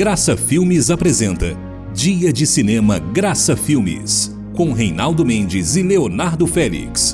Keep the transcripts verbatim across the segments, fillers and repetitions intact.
Graça Filmes apresenta Dia de Cinema Graça Filmes, com Reinaldo Mendes e Leonardo Félix.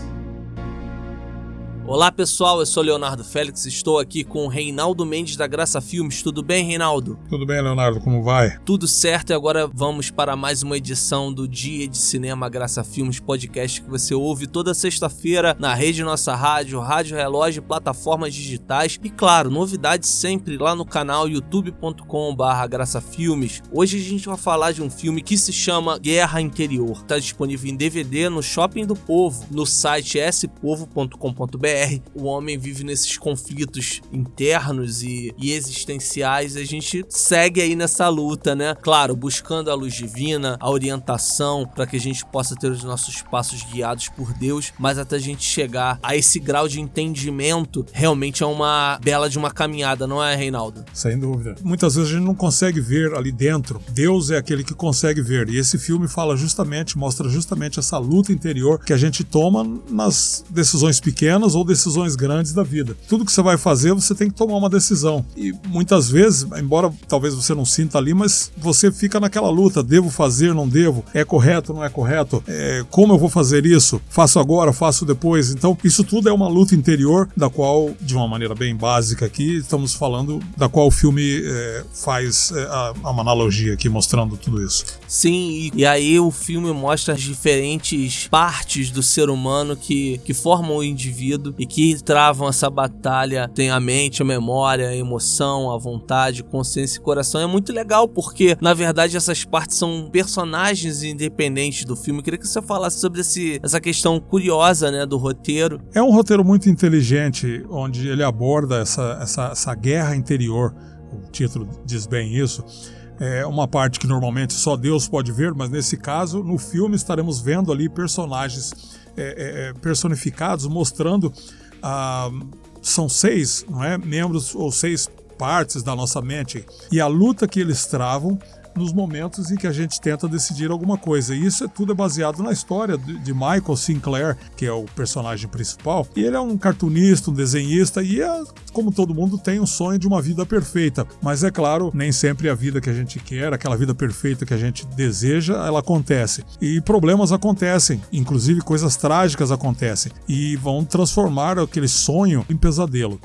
Olá pessoal, eu sou Leonardo Félix, estou aqui com o Reinaldo Mendes da Graça Filmes. Tudo bem, Reinaldo? Tudo bem, Leonardo, como vai? Tudo certo, e agora vamos para mais uma edição do Dia de Cinema Graça Filmes, podcast que você ouve toda sexta-feira na rede Nossa Rádio, Rádio Relógio, plataformas digitais e, claro, novidades sempre lá no canal youtube ponto com barra Graça Filmes. Hoje a gente vai falar de um filme que se chama Guerra Interior. Está disponível em D V D no Shopping do Povo, no site s povo ponto com ponto b r. O homem vive nesses conflitos internos e, e existenciais. A gente segue aí nessa luta, né? Claro, buscando a luz divina, a orientação para que a gente possa ter os nossos passos guiados por Deus, mas até a gente chegar a esse grau de entendimento, realmente é uma bela de uma caminhada, não é, Reinaldo? Sem dúvida. Muitas vezes a gente não consegue ver ali dentro. Deus é aquele que consegue ver. E esse filme fala justamente, mostra justamente essa luta interior que a gente toma nas decisões pequenas ou decisões grandes da vida. Tudo que você vai fazer, você tem que tomar uma decisão. E muitas vezes, embora talvez você não sinta ali, mas você fica naquela luta, devo fazer, não devo, é correto, não é correto, é, como eu vou fazer isso, faço agora, faço depois. Então, isso tudo é uma luta interior, da qual, de uma maneira bem básica aqui, estamos falando, da qual o filme é, faz é, a, uma analogia aqui, mostrando tudo isso. Sim, e, e aí o filme mostra as diferentes partes do ser humano que, que formam o indivíduo e que travam essa batalha. Tem a mente, a memória, a emoção, a vontade, consciência e coração. É muito legal porque, na verdade, essas partes são personagens independentes do filme. Eu queria que você falasse sobre esse, essa questão curiosa, né, do roteiro. É um roteiro muito inteligente, onde ele aborda essa, essa, essa guerra interior. O título diz bem isso. É uma parte que normalmente só Deus pode ver, mas nesse caso, no filme, estaremos vendo ali personagens é, é, personificados, mostrando ah, são seis, não é, membros ou seis partes da nossa mente e a luta que eles travam nos momentos em que a gente tenta decidir alguma coisa. E isso é tudo é baseado na história de Michael Sinclair, que é o personagem principal. E ele é um cartunista, um desenhista, e é, como todo mundo tem um sonho de uma vida perfeita. Mas é claro, nem sempre a vida que a gente quer, aquela vida perfeita que a gente deseja, ela acontece. E problemas acontecem, inclusive coisas trágicas acontecem, e vão transformar aquele sonho em pesadelo.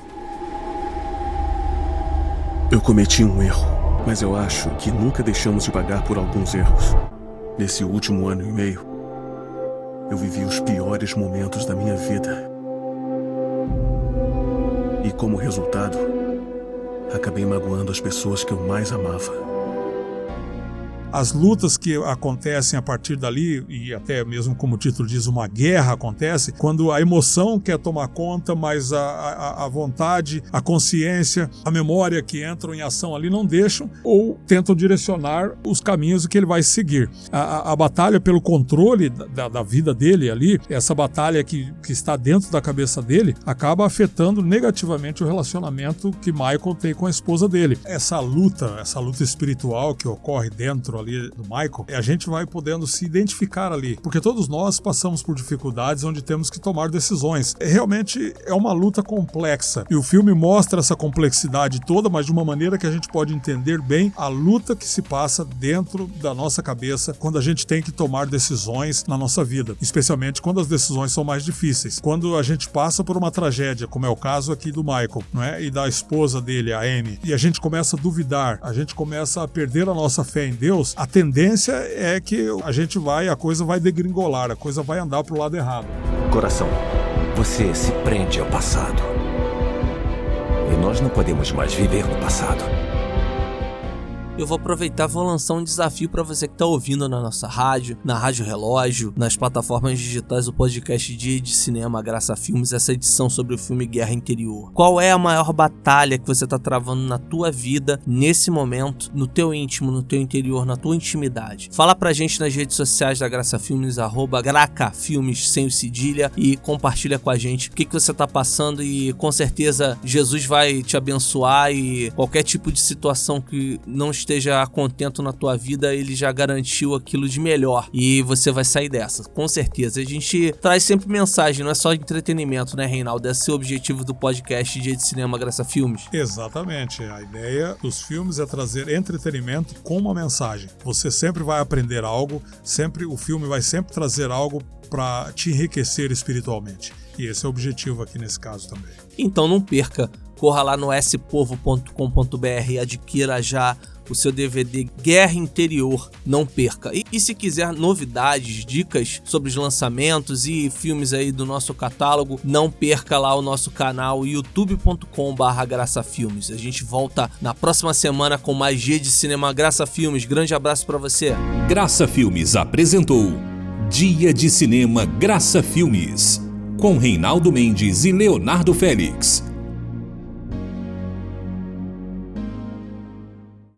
Eu cometi um erro. Mas eu acho que nunca deixamos de pagar por alguns erros. Nesse último ano e meio, eu vivi os piores momentos da minha vida. E como resultado, acabei magoando as pessoas que eu mais amava. As lutas que acontecem a partir dali, e até mesmo como o título diz, uma guerra acontece, quando a emoção quer tomar conta, mas a, a, a vontade, a consciência, a memória que entram em ação ali não deixam ou tentam direcionar os caminhos que ele vai seguir. A, a, a batalha pelo controle da, da vida dele ali, essa batalha que, que está dentro da cabeça dele, acaba afetando negativamente o relacionamento que Michael tem com a esposa dele. Essa luta, essa luta espiritual que ocorre dentro ali do Michael, a gente vai podendo se identificar ali, porque todos nós passamos por dificuldades onde temos que tomar decisões. Realmente é uma luta complexa, e o filme mostra essa complexidade toda, mas de uma maneira que a gente pode entender bem a luta que se passa dentro da nossa cabeça quando a gente tem que tomar decisões na nossa vida, especialmente quando as decisões são mais difíceis. Quando a gente passa por uma tragédia, como é o caso aqui do Michael, não é? E da esposa dele, a Amy, e a gente começa a duvidar, a gente começa a perder a nossa fé em Deus, a tendência é que a gente vai, a coisa vai degringolar, a coisa vai andar pro lado errado. Coração, você se prende ao passado. E nós não podemos mais viver no passado. Eu vou aproveitar e vou lançar um desafio para você que está ouvindo na nossa rádio, na Rádio Relógio, nas plataformas digitais do podcast Dia de Cinema Graça Filmes, essa edição sobre o filme Guerra Interior. Qual é a maior batalha que você está travando na tua vida, nesse momento, no teu íntimo, no teu interior, na tua intimidade? Fala pra gente nas redes sociais da Graça Filmes, arroba gracafilmes, sem o cedilha, e compartilha com a gente o que, que você está passando, e com certeza Jesus vai te abençoar, e qualquer tipo de situação que não esteja esteja contento na tua vida, ele já garantiu aquilo de melhor e você vai sair dessa, com certeza. A gente traz sempre mensagem, não é só entretenimento, né, Reinaldo? Esse é o objetivo do podcast Dia de Cinema Graça Filmes. Exatamente, a ideia dos filmes é trazer entretenimento com uma mensagem. Você sempre vai aprender algo, sempre o filme vai sempre trazer algo para te enriquecer espiritualmente. E esse é o objetivo aqui nesse caso também. Então não perca, corra lá no s povo ponto com ponto b r e adquira já o seu D V D Guerra Interior, não perca. E, e se quiser novidades, dicas sobre os lançamentos e filmes aí do nosso catálogo, não perca lá o nosso canal youtube ponto com barra Graça Filmes. A gente volta na próxima semana com mais Dia de Cinema Graça Filmes. Grande abraço pra você. Graça Filmes apresentou Dia de Cinema Graça Filmes, com Reinaldo Mendes e Leonardo Félix.